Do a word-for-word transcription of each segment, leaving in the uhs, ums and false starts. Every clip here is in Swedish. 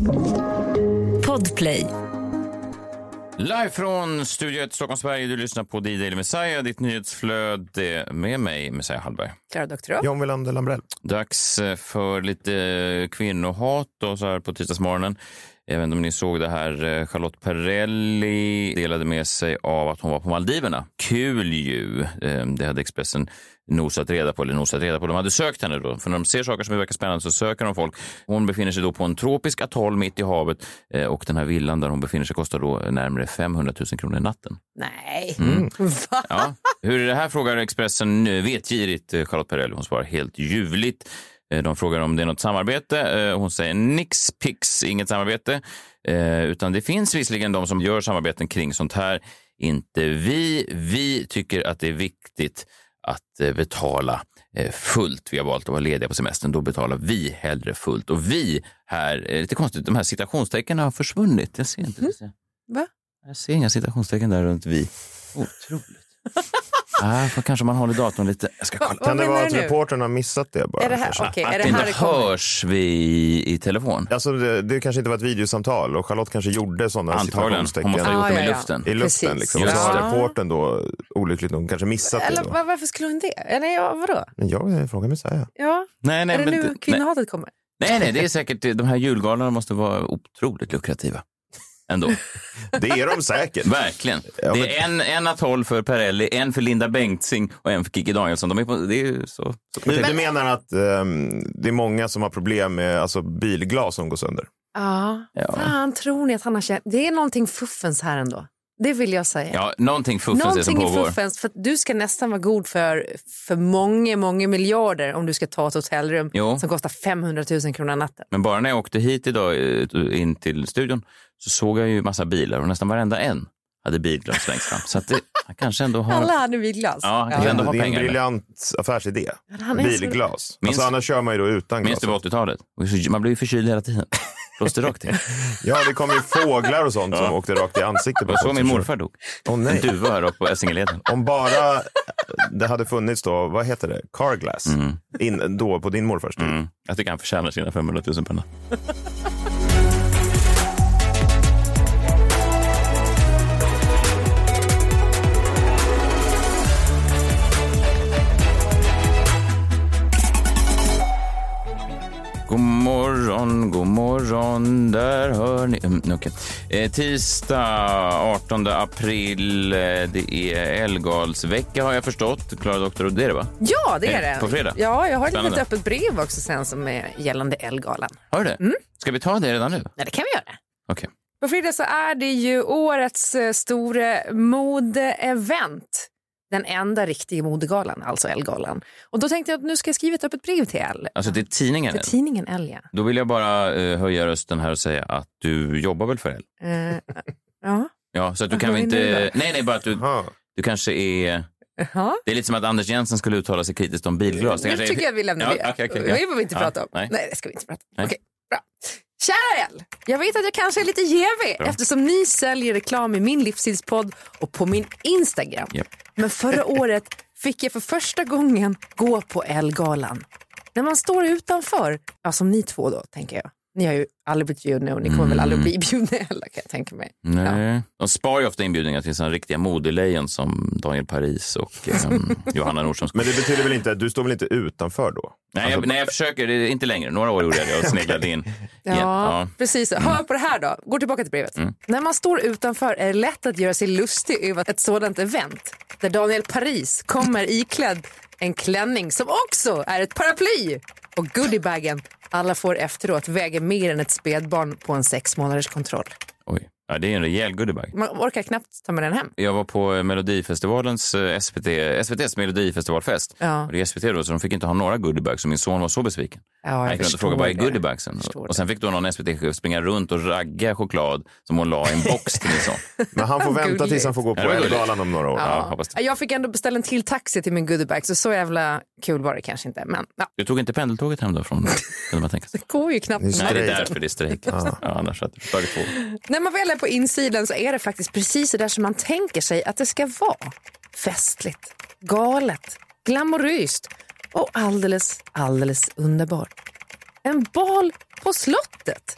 Podplay. Live från Studio ett Stockholm, Sverige. Du lyssnar på D-Daily Messiah, ditt nyhetsflöde med mig, Messiah Hallberg. Klara doktor. John Wilander Lambrell. Dags för lite kvinnohat då, så här på tisdagsmorgonen. Jag vet inte om ni såg det här. Charlotte Perrelli delade med sig av att hon var på Maldiverna. Kul ju. Det hade Expressen nosat reda på, eller nosat reda på. De hade sökt henne då. För när de ser saker som verkar spännande så söker de folk. Hon befinner sig då på en tropisk atoll mitt i havet. Och den här villan där hon befinner sig kostar då närmare femhundratusen kronor i natten. Nej. Mm. Va? Ja. Hur är det här, frågar Expressen vetgirigt Charlotte Perrelli. Hon svarar helt ljuvligt. De frågar om det är något samarbete. Hon säger nix, pix, inget samarbete. Utan det finns visserligen de som gör samarbeten kring sånt här. Inte vi. Vi tycker att det är viktigt att betala fullt. Vi har valt att vara lediga på semestern. Då betalar vi hellre fullt. Och vi här, lite konstigt, de här citationstecken har försvunnit. Jag ser inte det. Mm. Va? Jag ser inga citationstecken där runt vi. Otroligt. Ah, för kanske man håller datorn lite. Jag ska kolla. Va, kan det vara att reportern har missat det bara? Är det här, okay, att är det inte här det hörs vi i, i telefon. Alltså det, det kanske inte var ett videosamtal och Charlotte kanske gjorde sådana antagligen. Hon måste ha gjort ah, dem ja, i ja. luften. I luften liksom. Ja. Så har reportern då olyckligt nog kanske missat Eller, det då. varför skulle hon det? Eller ja, vadå? Men jag frågar mig så här. Ja. Nej, nej, är det men, nu kvinnohatet kommer? Nej, nej, det är säkert. De här julgalorna måste vara otroligt lukrativa. Ändå. Det är de säkert. Verkligen. Ja, men... Det är en, en atoll för Perrelli, en för Linda Bengtzing och en för Kiki Danielsson. De är på, det är ju så. så Men du menar att um, det är många som har problem med alltså, bilglas som går sönder? Ja. Ja. Fan, tror ni att han har känt? Det är någonting fuffens här ändå. Det vill jag säga. Ja, någonting fuffens någonting är som pågår. Fuffens, för att du ska nästan vara god för, för många, många miljarder om du ska ta ett hotellrum Jo. som kostar femhundratusen kronor natten. Men bara när jag åkte hit idag in till studion så såg jag ju massa bilar och nästan varenda en hade bilglas längst fram. Så att det, han kanske ändå har... Alla hade bilglas. Ja, han kanske ja. ändå har Det är en pengar. briljant affärsidé. Han är Bilglas. så... Alltså, annars kör man ju då utan Minns glas. du på åttiotalet? Man blev ju förkyld hela tiden. Blåste rakt in. Ja, det kom ju fåglar och sånt som Ja. åkte rakt i ansiktet. Det var så min morfar dog. Åh nej. En duva här uppe på Essingeleden. Om bara det hade funnits då, vad heter det? Carglass. Mm. In, då på din morfars tid. Mm. Jag tycker han förtjänar sina femhundratusen per natt. God morgon, god morgon, där hör ni... Mm, okay. eh, tisdag artonde april, eh, det är Älvgalsvecka har jag förstått. Klara doktor, och det är det va? Ja, det är Eh, det. på fredag? Ja, jag har ett Spännande. litet öppet brev också sen som är gällande Älvgalan. Har du det? Mm. Ska vi ta det redan nu? Nej, det kan vi göra. Okej. Okay. På fredag så är det ju årets eh, stora modeevent. Den enda riktiga modegalan, alltså Älvgalan. Och då tänkte jag att nu ska jag skriva ett öppet brev till L. Alltså till tidningen? Till tidningen L, ja. Då vill jag bara uh, höja rösten här och säga att du jobbar väl för L? Uh, ja. Ja, så att du Vad kan väl menar du inte... då? Nej, nej, bara att du, du kanske är... Uh-huh. Det är lite som att Anders Jensen skulle uttala sig kritiskt om bilglas. Nu tycker jag att vi lämnar ja, det. Okay, okay, det ja. behöver vi inte ja, prata om. Nej. nej, det ska vi inte prata om. Nej. Okej, bra. Kära L, jag vet att jag kanske är lite jävig Bra. eftersom ni säljer reklam i min livsstilspodd och på min Instagram. Yep. Men förra året fick jag för första gången gå på Älvgalan. När man står utanför, ja, som ni två då, tänker jag. Ni har ju aldrig blivit bjudna och ni kommer Mm. väl aldrig bli bjudna heller, kan jag tänka mig. Nej. Ja. De spar ju ofta inbjudningar till sådana riktiga modelejon som Daniel Paris och um, Johanna Nordström. Men det betyder väl inte att du står väl inte utanför då? Nej, Alltså... jag, nej, jag försöker. Det är inte längre. Några år gjorde jag det och sneglade in. Ja, igen. Ja. precis. Hör på det här då. Går tillbaka till brevet. Mm. När man står utanför är det lätt att göra sig lustig över ett sådant event. Där Daniel Paris kommer iklädd en klänning som också är ett paraply. Och goodiebagen alla får efteråt väger mer än ett spädbarn på en sex månaders kontroll. Oj. Ja, det är en rejäl goodiebag. Man orkar knappt ta med den hem. Jag var på Melodifestivalens eh, S V T, S V T:s Melodifestivalfest. Ja. Och det är S V T då, så de fick inte ha några goodiebags. Så min son var så besviken. Ja, jag jag kunde inte fråga, vad är goodiebagsen? Och sen fick då någon S V T-chef springa runt och ragga choklad som hon la i en box till min son. Men han får vänta tills han får gå på Älvgalan om några år. Ja. Ja, hoppas det. Jag fick ändå beställa en till taxi till min goodiebag, så så jävla kul var det kanske inte. Men ja. Du tog inte pendeltåget hem då från kunde man tänka sig. Det går ju knappt. Det är Nej, det är strejk. därför det är strejk. Ja. Ja, annars hade du tagit på. När man väl är på insidan så är det faktiskt precis så där som man tänker sig att det ska vara. Festligt, galet, glamoröst och alldeles, alldeles underbart. En bal på slottet.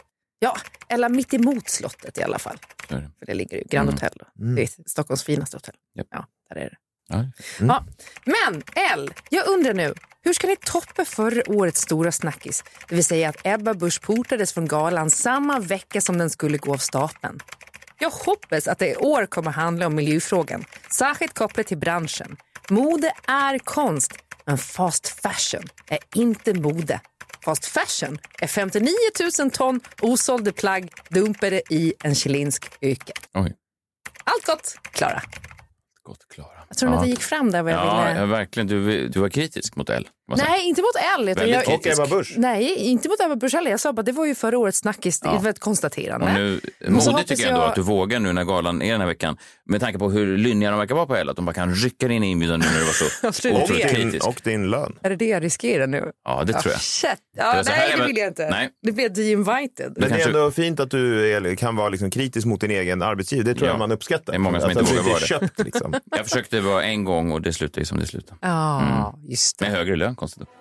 Ja, eller mitt emot slottet i alla fall. Så är det. För det ligger ju Grand Hotel. Mm. Det är Stockholms finaste hotell. Japp. Ja, där är det. Ja. Mm. Ja. Men Elle, jag undrar nu, hur ska ni toppa förra årets stora snackis? Det vill säga att Ebba Busch portades från galan samma vecka som den skulle gå av stapeln. Jag hoppas att det i år kommer handla om miljöfrågan, särskilt kopplat till branschen. Mode är konst, men fast fashion är inte mode. Fast fashion är femtionio tusen ton osålda plagg dumpade i en chilensk öken. Oj. Allt gott, Klara. Gott, Klara. Jag tror ja. att det gick fram där vad jag Ja, ville... ja, verkligen. Du, du var kritisk mot Elle. Nej, inte mot Elle. Utan Väldigt jag... Och Ebba Busch. Nej, inte mot Ebba Busch heller. Jag sa bara det var ju förra årets snackis. Ja. Det var ett konstaterande. Och nu, Men så modigt hoppas tycker jag ändå jag- att du vågar nu när galan är den här veckan. Med tanke på hur lynniga de verkar vara på Elle. Att de bara kan rycka in i inbjudan nu när du var så Absolut. Och otroligt din, kritisk. och din lön. Är det det jag riskerar nu? Ja, det tror jag. Shit. Det Ja, var så här nej, det jävla- vill jag inte. Nej. Det blir de-invited. Men det är kanske- ändå fint att du är, kan vara liksom kritisk mot din egen arbetsgivare. Det tror Ja. jag man uppskattar. Det är många som att inte du vågar vara är köpt, liksom. Jag försökte vara en gång och det slutade ju som det slutade. Ja, just det. Med högre lön, konstigt nog.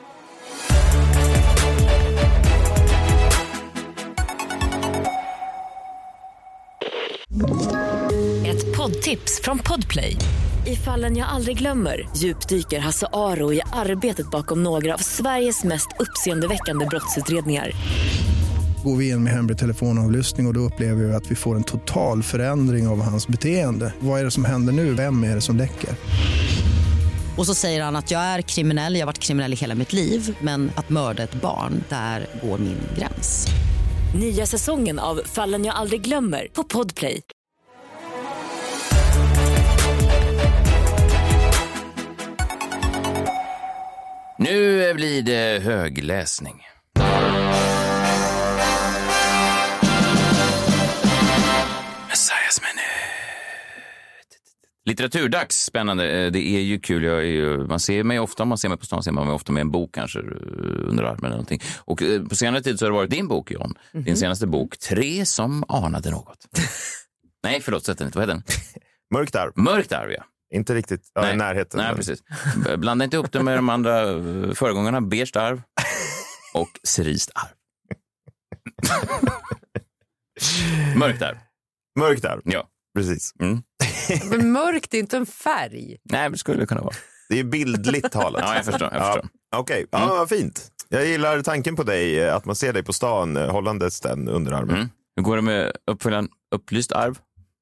Ett poddtips från Podplay. I Fallen jag aldrig glömmer djupdyker Hasse Aro i arbetet bakom några av Sveriges mest uppseendeväckande brottsutredningar. Går vi in med hemlig telefonavlyssning och, och då upplever vi att vi får en total förändring av hans beteende. Vad är det som händer nu? Vem är det som läcker? Och så säger han att jag är kriminell, jag har varit kriminell i hela mitt liv. Men att mörda ett barn, där går min gräns. Nya säsongen av Fallen jag aldrig glömmer på Podplay. Nu blir det högläsning. Messiahs minut. Litteraturdags, spännande. Det är ju kul. Jag är ju, man ser mig ofta, man ser mig på stan, ser man mig ofta med en bok kanske under armen eller någonting. Och på senare tid så har det varit din bok, John. Mm-hmm. Din senaste bok, Tre som anade något. Nej, förlåt, sätt den inte. Vad heter den? Mörkt arv. Mörkt arv, ja. Inte riktigt ja, i närheten. Nej, men... precis. Blanda inte upp det med de andra föregångarna. Beige arv och cerist arv. Mörkt arv. Mörkt arv, Ja. precis. Mm. Men mörkt är inte en färg. Nej, men det skulle det kunna vara. Det är bildligt talat. Ja, jag förstår. Jag förstår. Ja, Okej, okay. Ja, vad fint. Jag gillar tanken på dig, att man ser dig på stan hållandes den under armen. Mm. Hur går det med uppföljaren Upplyst arv?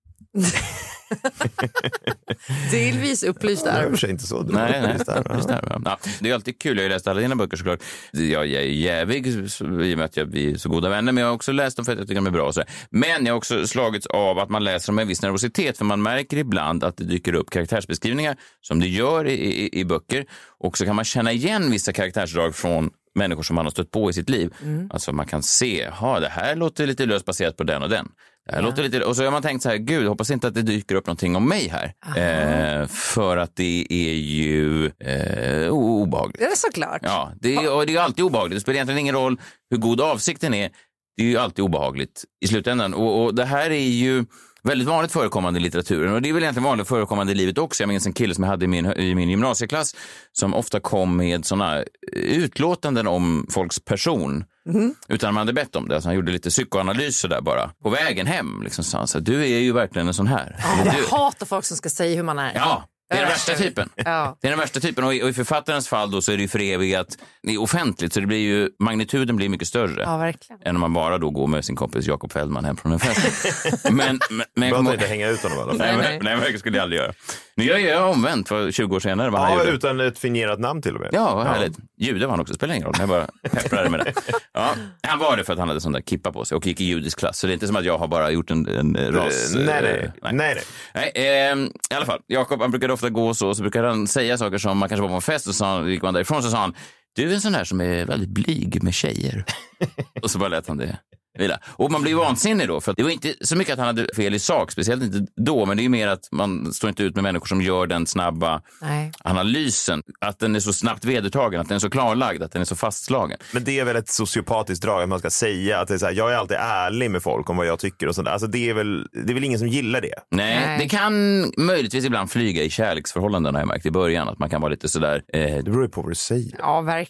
Delvis upplyst Det är i och arv. för sig inte så. Du Nej, nej. upplyst arv. Upplyst arv, ja. Ja, det är alltid kul. Jag har läst alla dina böcker såklart. Jag är jävig i och med att jag, vi är så goda vänner, men jag har också läst dem för att jag tycker de är bra. Och så. Men jag har också slagits av att man läser dem med en viss nervositet, för man märker ibland att det dyker upp karaktärsbeskrivningar som det gör i, i, i böcker. Och så kan man känna igen vissa karaktärsdrag från människor som man har stött på i sitt liv. Mm. Alltså man kan se, ha det här låter lite löst baserat på den och den. Det här ja. låter lite, och så har man tänkt så här, gud, hoppas inte att det dyker upp någonting om mig här. Eh, för att det är ju eh, obehagligt. Det är såklart. Ja, det är, och det är alltid obehagligt. Det spelar egentligen ingen roll hur god avsikten är. Det är ju alltid obehagligt i slutändan. Och, och det här är ju väldigt vanligt förekommande i litteraturen, och det är väl egentligen vanligt förekommande i livet också. Jag minns en kille som jag hade i min, i min gymnasieklass som ofta kom med såna utlåtanden om folks person. Mm. Utan man hade bett om det. Alltså han gjorde lite psykoanalyser där bara. På vägen hem liksom, sa han så här, du är ju verkligen en sån här. Ah, jag du... hatar folk som ska säga hur man är. Ja. Det är den värsta typen. Ja. Det är den värsta typen, och i, och i författarens fall då så är det ju förevigat, det är offentligt, så det blir ju, magnituden blir mycket större. Ja, verkligen. Än om man bara då går med sin kompis Jakob Fällman hem från en fest. men men, men Bra att inte hänga ut honom i alla fall. Nej, nej. nej, nej, det skulle jag aldrig göra. Nu gör jag omvänt för tjugo år senare. Vad han Ja, gjorde. utan ett fingerat namn till och med. Ja, vad härligt. Jude var han också, spelar ingen roll. Jag bara pepprade med det. Ja, han var det för att han hade sån där kippa på sig och gick i judisk klass. Så det är inte som att jag har bara gjort en, en ras... Nej, nej. Eh, nej. nej, nej. nej eh, I alla fall, Jakob, han brukade ofta gå så, så brukade han säga saker som, man kanske var på en fest och så gick man därifrån, så sa han, du är en sån där som är väldigt blyg med tjejer. Och så bara lät han det vila. Och man blir vansinnig då, för att det var inte så mycket att han hade fel i sak, speciellt inte då, men det är ju mer att man står inte ut med människor som gör den snabba Nej. analysen, att den är så snabbt vedertagen, att den är så klarlagd, att den är så fastslagen. Men det är väl ett sociopatiskt drag att man ska säga att det är så här, jag är alltid ärlig med folk om vad jag tycker och sånt där. Alltså det är väl, det är väl ingen som gillar det. Nej, Nej. Det kan möjligtvis ibland flyga i kärleksförhållanden, har jag märkt i början, att man kan vara lite sådär... Eh, det beror ju på vad du säger. Ja, verkligen.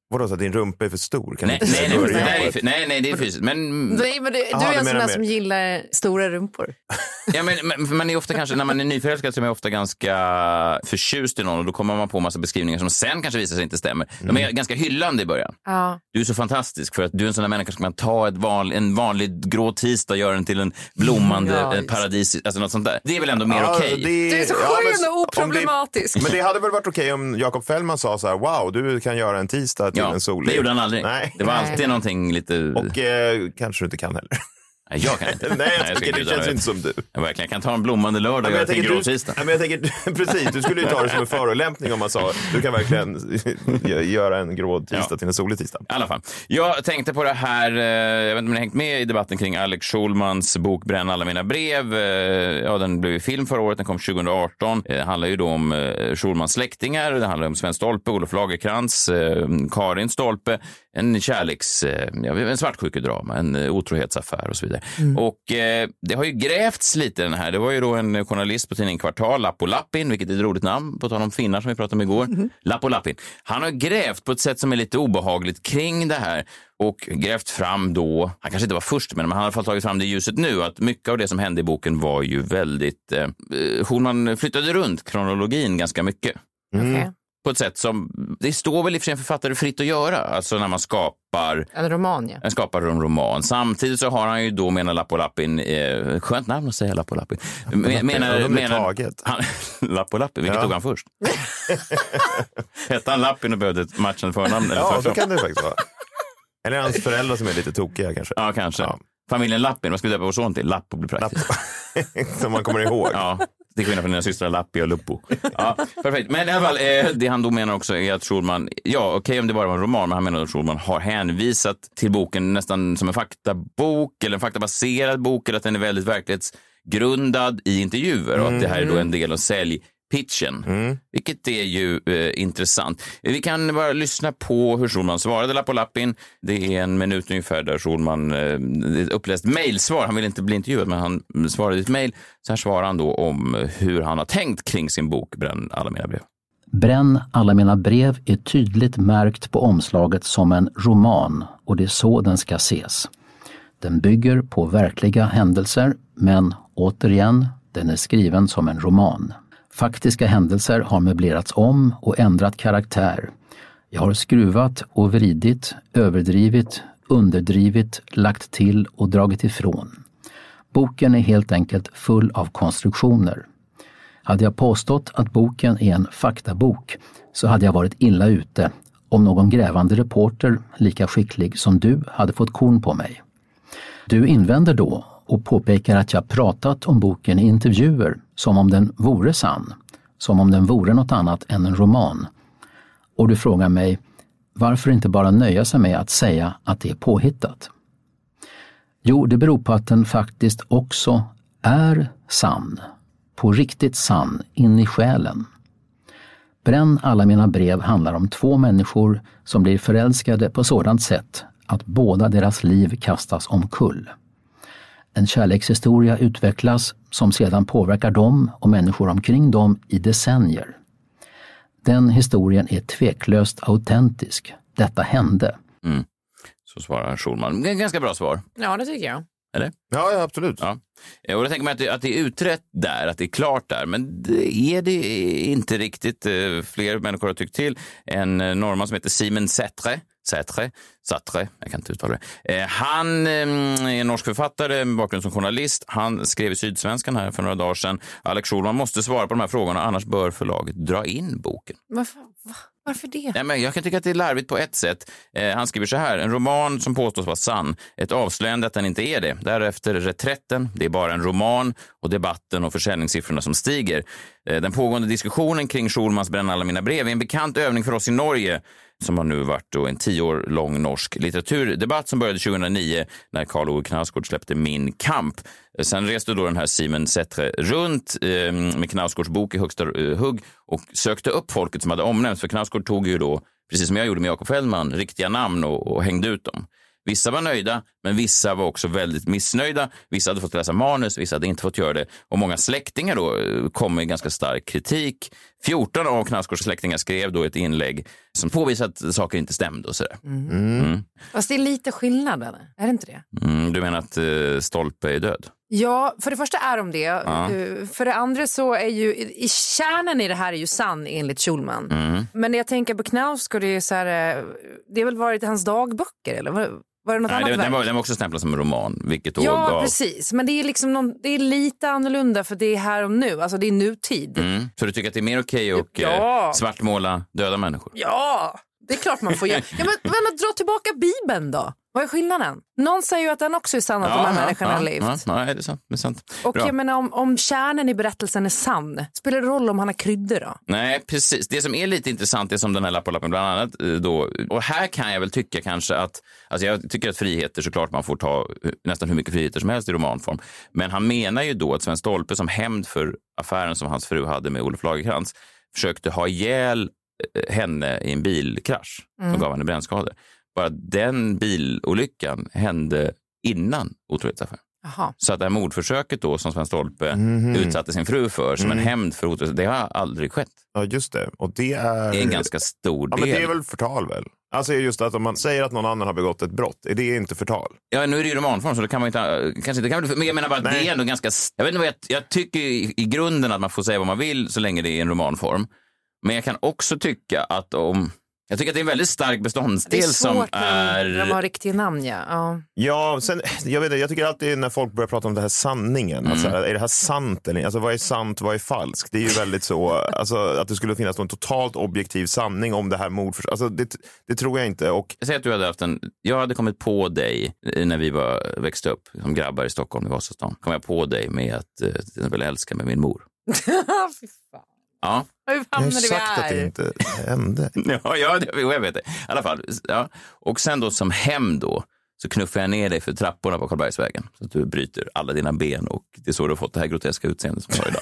Vadå, så att din rumpa är för stor? Kan nej, inte nej, nej, nej, nej, nej, nej, det är fysiskt. Men... Nej, men du, du Aha, är en sån där mer. som gillar stora rumpor. Ja, men, men man är ofta kanske, när man är nyförälskad så är man ofta ganska förtjust i någon och då kommer man på massa beskrivningar som sen kanske visar sig inte stämmer. De är ganska hyllande i början. Ja. Du är så fantastisk för att du är en sån där människa som kan ta ett van, en vanlig grå tisdag och göra den till en blommande Ja, en paradis, alltså något sånt där. Det är väl ändå mer Ja, okej? det- Du är så ja, skön men och om oproblematisk. det- Men det hade väl varit okej om Jakob Fällman sa så här: wow, du kan göra en tisdag till Ja, en solig. det gjorde han aldrig. Nej. Det var Nej. alltid någonting lite... Och eh, kanske du inte kan heller. Nej, jag kan inte. Nej, jag ska tycker det inte, känns jag inte som du. Jag verkligen kan ta en blommande lördag och Men göra jag till en tänker, grå du, tisdag. ja, men jag tänker, precis, du skulle ju ta det som en förolämpning om man sa du kan verkligen göra en grå tisdag Ja. till en solig tisdag. I alla fall. Jag tänkte på det här, eh, jag vet inte om ni har hängt med i debatten kring Alex Schulmans bok Bränn alla mina brev. Eh, ja, den blev ju film förra året, den kom tjugo arton. Det eh, handlar ju då om eh, Schulmans släktingar, det handlar om Sven Stolpe, Olof Lagerkrans, eh, Karin Stolpe, en kärleks, eh, ja, en svartsjukedrama, en eh, otrohetsaffär och så vidare. Mm. Och eh, det har ju grävts lite den här. Det var ju då en journalist på tidningen Kvartal, Lappo Lappin, vilket är ett roligt namn, på tal om finnar som vi pratade om igår. Mm. Lappo Lappin. Han har grävt på ett sätt som är lite obehagligt kring det här och grävt fram då, han kanske inte var först men han har i alla fall tagit fram det i ljuset nu, att mycket av det som hände i boken var ju väldigt, eh, Schulman flyttade runt kronologin ganska mycket. Mm. Okay. På ett sätt som, det står väl i och för sig en författare fritt att göra, alltså när man skapar en roman, ja. En skapar en roman. Samtidigt så har han ju då, menar Lappo Lappin, eh, skönt namn att säga Lappo Lappin. Men, menar, ja, menar han, Lappo Lappin, vilket ja. tog han först? Hette han Lappin och behövde ett matchande förnamn? Eller ja, så kan det faktiskt vara. Eller hans föräldrar som är lite tokiga kanske. Ja, kanske. Ja. Familjen Lappin, vad ska vi döpa vår son till? Lappo blir praktiskt. Som man kommer ihåg. Ja. Det är skillnad från dina systrar Lappi och Luppo. Ja, perfekt. Men i alla fall, eh, det han då menar också är att Schulman, ja okej okay, om det bara var en roman, men han menar att Schulman har hänvisat till boken nästan som en faktabok eller en faktabaserad bok, eller att den är väldigt verklighetsgrundad i intervjuer och mm. att det här är då en del av säljpitchen. Mm. Vilket är ju eh, intressant. Vi kan bara lyssna på hur Schulman svarade Lappo Lappin. Det är en minut ungefär där Schulman eh, uppläst mejlsvar. Han vill inte bli intervjuad, men han svarade ett mejl. Så här svarar han då om hur han har tänkt kring sin bok Bränn alla mina brev. Bränn alla mina brev är tydligt märkt på omslaget som en roman och det är så den ska ses. Den bygger på verkliga händelser, men återigen, den är skriven som en roman. Faktiska händelser har möblerats om och ändrat karaktär. Jag har skruvat och vridit, överdrivit, underdrivit, lagt till och dragit ifrån. Boken är helt enkelt full av konstruktioner. Hade jag påstått att boken är en faktabok så hade jag varit illa ute om någon grävande reporter, lika skicklig som du, hade fått korn på mig. Du invänder då och påpekar att jag pratat om boken i intervjuer som om den vore sann, som om den vore något annat än en roman. Och du frågar mig, varför inte bara nöja sig med att säga att det är påhittat? Jo, det beror på att den faktiskt också är sann, på riktigt sann, in i själen. Bränn alla mina brev handlar om två människor som blir förälskade på sådant sätt att båda deras liv kastas omkull. En kärlekshistoria utvecklas som sedan påverkar dem och människor omkring dem i decennier. Den historien är tveklöst autentisk. Detta hände. Mm. Så svarar Schulman. Ganska bra svar. Ja, det tycker jag. Eller? Ja, ja absolut. Ja. Och jag tänker mig att det, att det är utrett där, att det är klart där. Men det är det inte riktigt. Fler människor har tyckt till. En norrman som heter Simon Sätre. Sätre, Sätre, jag kan inte uttala det. Eh, han eh, är en norsk författare med bakgrund som journalist. Han skrev i Sydsvenskan här för några dagar sedan. Alex Schulman måste svara på de här frågorna, annars bör förlaget dra in boken. Varför, va? Varför det? Nej, men jag kan tycka att det är larvigt på ett sätt. Eh, han skriver så här, en roman som påstås vara sann. Ett avslöjande att den inte är det. Därefter reträtten, det är bara en roman och debatten och försäljningssiffrorna som stiger. Eh, den pågående diskussionen kring Schulmans Bränn alla mina brev är en bekant övning för oss i Norge, som har nu varit då en tio år lång norsk litteraturdebatt som började tjugohundranio när Karl Ove Knausgård släppte Min kamp. Sen reste då den här Simon Sätre runt eh, med Knausgårds bok i högsta eh, hugg och sökte upp folket som hade omnämnts. För Knausgård tog ju då, precis som jag gjorde med Jakob Fällman, riktiga namn och, och hängde ut dem. Vissa var nöjda, men vissa var också väldigt missnöjda. Vissa hade fått läsa manus, vissa hade inte fått göra det. Och många släktingar då kom med ganska stark kritik. fjorton av Knausgårds släktingar skrev då ett inlägg som påvisade att saker inte stämde och sådär. Mm. Mm. Fast det är lite skillnad, eller? Är det inte det? Mm, du menar att uh, Stolpe är död? Ja, för det första är de det. Ja. Uh, för det andra så är ju, i kärnan i det här är ju sann enligt Schulman. Mm. Men när jag tänker på Knausgård, det är så här, det har väl varit hans dagböcker, eller var, var det något Nej, annat det, verk? den, var, den var också stämplad som en roman, vilket då Ja, gav... precis. Men det är liksom någon, det är lite annorlunda för det är här och nu. Alltså det är nutid. Mm. Så du tycker att det är mer okej att Ja. eh, svartmåla döda människor? Ja, det är klart man får göra. Ja, men, men att dra tillbaka Bibeln då? Vad är skillnaden? Någon säger ju att den också är sann att de här människorna ja, har levt. Ja, ja, det är sant. Det är sant. Och Bra. jag menar, om, om kärnan i berättelsen är sann, spelar det roll om han har kryddor då? Nej, precis. Det som är lite intressant är som den här lapp och lappen bland annat eh, då. Och här kan jag väl tycka kanske att, alltså jag tycker att friheter såklart man får ta nästan hur mycket friheter som helst i romanform. Men han menar ju då att Sven Stolpe som hämnd för affären som hans fru hade med Olof Lagercrantz försökte ha ihjäl henne i en bilkrasch som Mm. gav henne brännskador. Bara den bilolyckan hände innan otrohetsaffären. Jaha. Så att det här mordförsöket då som Sven Stolpe Mhm. utsatte sin fru för som Mm. en hämnd för otrohet, det har aldrig skett. Ja, just det. Och det är... Det är en ganska stor Ja, del. men det är väl förtal väl? Alltså just att om man säger att någon annan har begått ett brott, är det inte förtal? Ja, nu är det ju romanform så det kan man inte, kanske inte kan bli, men jag menar bara att Nej. det är ändå ganska, jag vet inte vad jag, jag tycker i, i grunden att man får säga vad man vill så länge det är en romanform. Men jag kan också tycka att om, jag tycker att det är en väldigt stark Det beståndsdel är som svårt när de är... har riktiga namn, ja. ja. Ja, sen, jag vet inte, jag tycker alltid när folk börjar prata om det här sanningen, Mm. alltså, är det här sant eller inte? Alltså vad är sant, vad är falskt? Det är ju väldigt så, alltså att det skulle finnas någon totalt objektiv sanning om det här mordförsöket. Alltså det, det tror jag inte. Och Jag säger att du hade haft en, jag hade kommit på dig när vi var, växte upp som grabbar i Stockholm i Vasastan. Kom jag på dig med att eh, till exempel älska med min mor. Fy fan. Ja. Hur jag har hamnade vi sagt att det här? inte hände. Ja, ja det, jag vet det. I alla fall. Ja. Och sen då som hem då så knuffar jag ner dig för trapporna på Karlbergsvägen så att du bryter alla dina ben och det är så du har fått det här groteska utseendet som du har idag.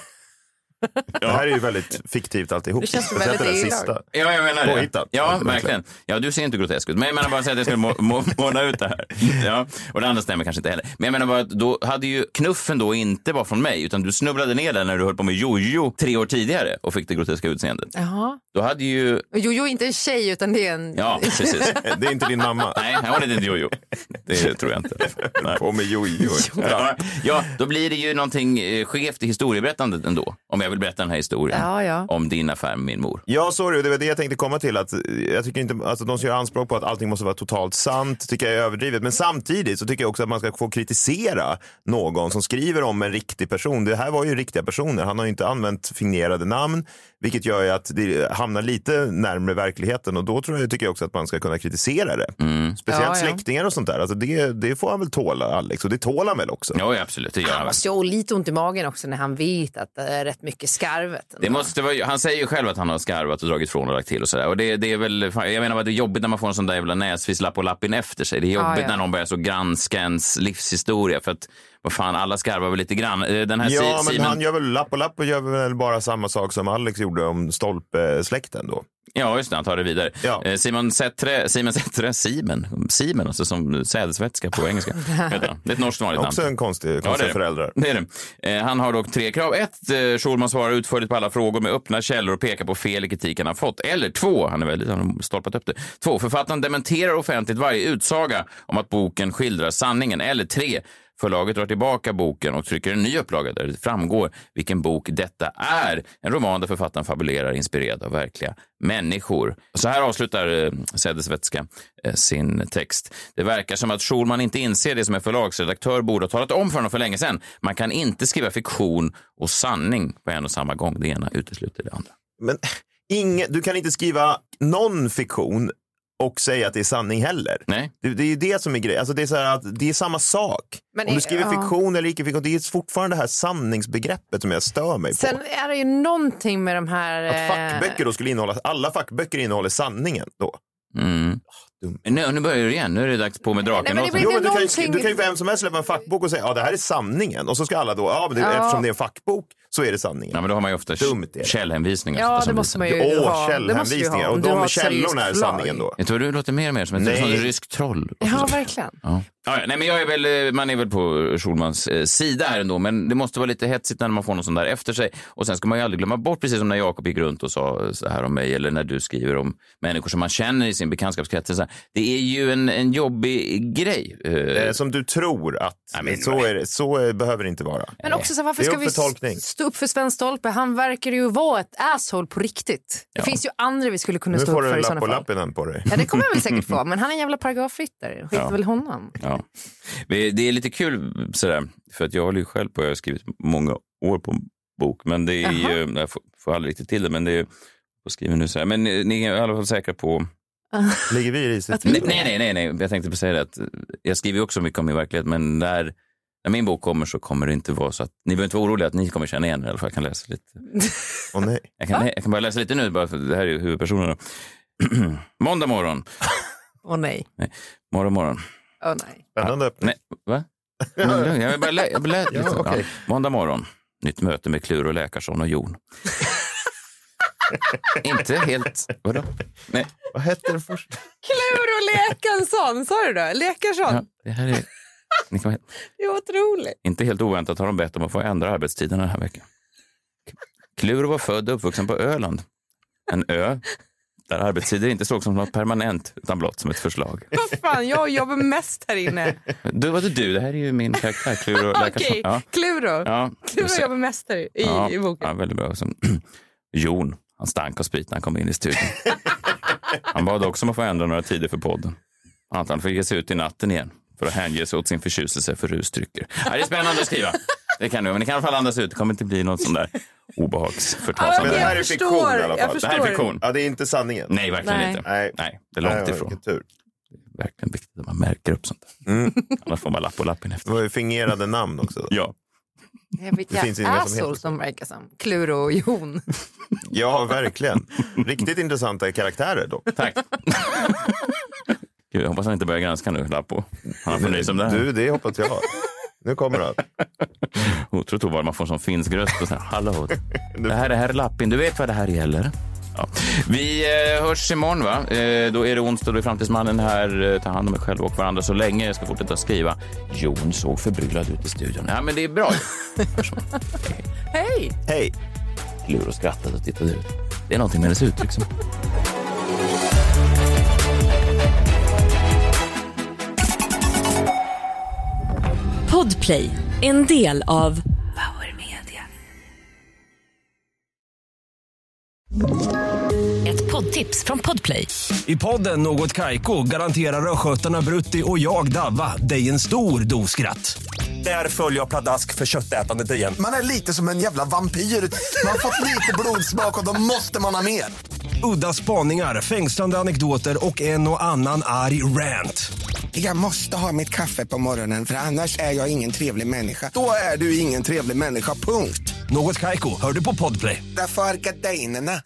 Det här är ju väldigt fiktivt alltihop. Det känns Speciellt väldigt det illa. sista. Ja, jag menar det. Påhittat. Ja, Verkligen. verkligen. Ja, du ser inte grotesk ut. Men jag menar bara att jag skulle må, må, måla ut det här. Ja, och det andra stämmer kanske inte heller. Men jag menar bara att då hade ju knuffen då inte var från mig utan du snubblade ner där när du höll på med jojo tre år tidigare och fick det groteska utseendet. Jaha. Då hade ju... Jojo är inte en tjej utan det är en... Ja, precis. Det är inte din mamma. Nej, hon är inte jojo. Det tror jag inte. Nej. På med jojo. Ja, ja, då blir det ju någonting eh, skevt i historieberättandet ändå. Om jag vill berätta den här historien. Ja, ja. Om din affär med min mor. Ja, sorry, det var det jag tänkte komma till. Att jag tycker inte, alltså de som gör anspråk på att allting måste vara totalt sant tycker jag är överdrivet. Men samtidigt så tycker jag också att man ska få kritisera någon som skriver om en riktig person. Det här var ju riktiga personer. Han har ju inte använt fingerade namn, vilket gör ju att det hamnar lite närmare verkligheten. Och då tror jag, tycker jag också att man ska kunna kritisera det. Mm. Speciellt Ja, ja. släktingar och sånt där. Alltså det, det får han väl tåla, Alex. Och det tål han väl också. Ja, absolut. Det gör han Han väl. måste ju ha lite ont i magen också när han vet att det är rätt mycket skarvet. Det måste vara, han säger ju själv att han har skarvat och dragit från och lagt till och sådär. Och det, det är väl, jag menar vad det är jobbigt när man får en sån där jävla näsvislapp och lapp in efter sig. Det är jobbigt Ja, ja. när någon börjar så granska ens livshistoria för att, vad fan, alla skarvar väl lite grann. Eh, Den här Ja, Si- men Simon, han gör väl lapp och lapp och gör väl bara samma sak som Alex gjorde om stolpsläkten då. ja, just det, han tar det vidare. Ja. Eh, Simon Sättre, Simon Sättre, Simen, Simen, alltså som sädesvätska på engelska. Heter han. Det är ett norskt vanligt namn. Också en konstig, Ja, det konstiga är det. föräldrar. Det är det. Eh, han har dock tre krav. Ett, eh, Schulman svarar utförligt på alla frågor med öppna källor och pekar på fel i kritiken han fått. Eller två, han är väldigt, han har stolpat upp det. Två, författaren dementerar offentligt varje utsaga om att boken skildrar sanningen. Eller tre, förlaget drar tillbaka boken och trycker en ny upplaga där det framgår vilken bok detta är. En roman där författaren fabulerar inspirerad av verkliga människor. Så här avslutar eh, Sädesvätska eh, sin text. Det verkar som att Schulman inte inser det som en förlagsredaktör borde ha talat om för honom för länge sedan. Man kan inte skriva fiktion och sanning på en och samma gång. Det ena utesluter det andra. Men inge, du kan inte skriva någon fiktion och säga att det är sanning heller. Nej. Det, det är ju det som är grejen. Alltså det är så här att det är samma sak. Men Om du är- skriver ja. fiktion eller icke-fiktion, det är fortfarande det här sanningsbegreppet som jag stör mig på. Sen är det ju någonting med de här... Att eh, fackböcker då skulle innehålla, alla fackböcker innehåller sanningen då. Mm. Dumt. Nu, nu börjar det igen. Nu är det dags på med draken. Nej, men det Jo, men du, kan ju, någonting- du kan ju vem som helst släppa en fackbok och säga ja det här är sanningen. Och så ska alla då, ja men det, Ja. eftersom det är en fackbok så är det sanningen. Ja, men då har man ju ofta Dumt är det. källhänvisningar. Ja, som det måste visar. man ju Åh, ha. Det måste vi källhänvisningar. ha. Och Om du de har ett källorna är seriöst sanningen förlag. då. Jag tror du låter mer och mer som ett Nej. sånt rysk troll. Ja, verkligen. Ja. Ja, nej, men jag är väl, man är väl på Schulmans eh, sida här ändå, men det måste vara lite hetsigt när man får något sånt där efter sig. Och sen ska man ju aldrig glömma bort, precis som när Jakob gick runt och sa så här om mig, eller när du skriver om människor som man känner i sin bekantskapskrets. Så här, det är ju en, en jobbig grej. Eh, Eh, som du tror att Nej, men- så, är det, så är, behöver det inte vara. Men också så här, varför Det är ska upp vi för tolkning. s- stå upp för Sven Stolpe? Han verkar ju vara ett asshole på riktigt. Det Ja. finns ju andra vi skulle kunna Nu stå får upp du för en i lapp sådana på fall. lappen än på dig. Ja, det kommer jag väl säkert få. Men han är en jävla paragrafryttare. Skit Ja. väl honom. Ja. Det är lite kul sådär, för att jag håller ju själv på, jag har skrivit många år på en bok, men det är ju, jag får, får aldrig riktigt till det, men det är, jag skriver nu så här, men ni är i alla fall säkra på... Ligger vi i riset? Nej, nej, nej, nej, jag tänkte på säga det att jag skriver ju också mycket om min verklighet, men när, när min bok kommer så kommer det inte vara så att, ni behöver inte vara oroliga att ni kommer känna igen det, i alla fall jag kan läsa lite. Åh nej. Jag kan, nej, jag kan bara läsa lite nu, bara för det här är ju huvudpersonerna. Måndag morgon. Åh nej. Nej, morgon morgon. Åh nej. Spännande öppning. Nej, va? Men, jag vill bara lä- jag vill lä- Ja, lite. okej. Ja. Måndag morgon. Nytt möte med Klur och Läkarsson och Jon. Inte helt... Vadå? Nej. Vad hette det först? Klur och Lekansson, sa du då? Lekarsson. Ja, det här är... Ni kan... Det är otroligt. Inte helt oväntat har de bett om att få ändra arbetstiderna den här veckan. Klur var född och uppvuxen på Öland. En ö där arbetstider inte såg som något permanent utan blott som ett förslag. Vad fan, jag jobbar mest här inne. Du, vad är du? Det här är ju min karaktär, Klur och Läkarsson. Okej, Ja. Klur då. Ja. Klur jobbar mest här i, Ja, i boken. ja, väldigt bra. Sen, Jon, han stank av sprit när han kom in i studion. Han bad också om att få ändra några tider för podden. Han fick ge sig ut i natten igen för att hänge sig åt sin förtjuselse för rusdrycker. Ja, det är spännande att skriva. Det kan du, men det kan i alla fall andas ut. Det kommer inte bli något sån där obehagsförtalsamhet. Ja, Men det här jag är förstår, fiktion i alla jag fall. Det här är förstår. fiktion. Ja, det är inte sanningen. Nej, verkligen Nej. inte. Nej. Nej, det är långt Nej, ifrån. vilken tur. Det är verkligen viktigt att man märker upp sånt där. Mm. Annars får man lapp på lappen Det efter. var ju fingerade namn också. Ja. Vilka Det finns inga som assholes heter så. som verkar som. Klur och Jon. Ja, verkligen. Riktigt intressanta karaktärer dock. Tack. Gud, jag hoppas han inte börjar granska nu, Lappo. Han är förnöjd som det här. Du, det hoppas jag. Nu kommer han. Otroligt vad man får som finsk röst och så här, hallå. Det här är herr Lappin, du vet vad det här gäller. Ja. Vi eh, hörs imorgon, va? Eh, då är det onsdag, då är Framtidsmannen här. Eh, ta hand om er själv och varandra så länge. Jag ska fortsätta skriva. Jon såg förbryllad ut i studion. Ja, men det är bra. Hej! Hej. Klur och skrattade och tittade ut. Det är någonting med hennes uttryck som... Podplay, en del av Power Media. Ett poddtips från Podplay. I podden Något Kaiko garanterar östgötarna Brutti och jag Davva dig en stor dos skratt. Där följer jag pladask för köttätandet igen. Man är lite som en jävla vampyr. Man har fått lite blodsmak och då måste man ha mer. Udda spaningar, fängslande anekdoter och en och annan arg rant. Jag måste ha mitt kaffe på morgonen för annars är jag ingen trevlig människa. Då är du ingen trevlig människa, punkt. Något Kaiko, hör du på Podplay. Därför är gardinerna.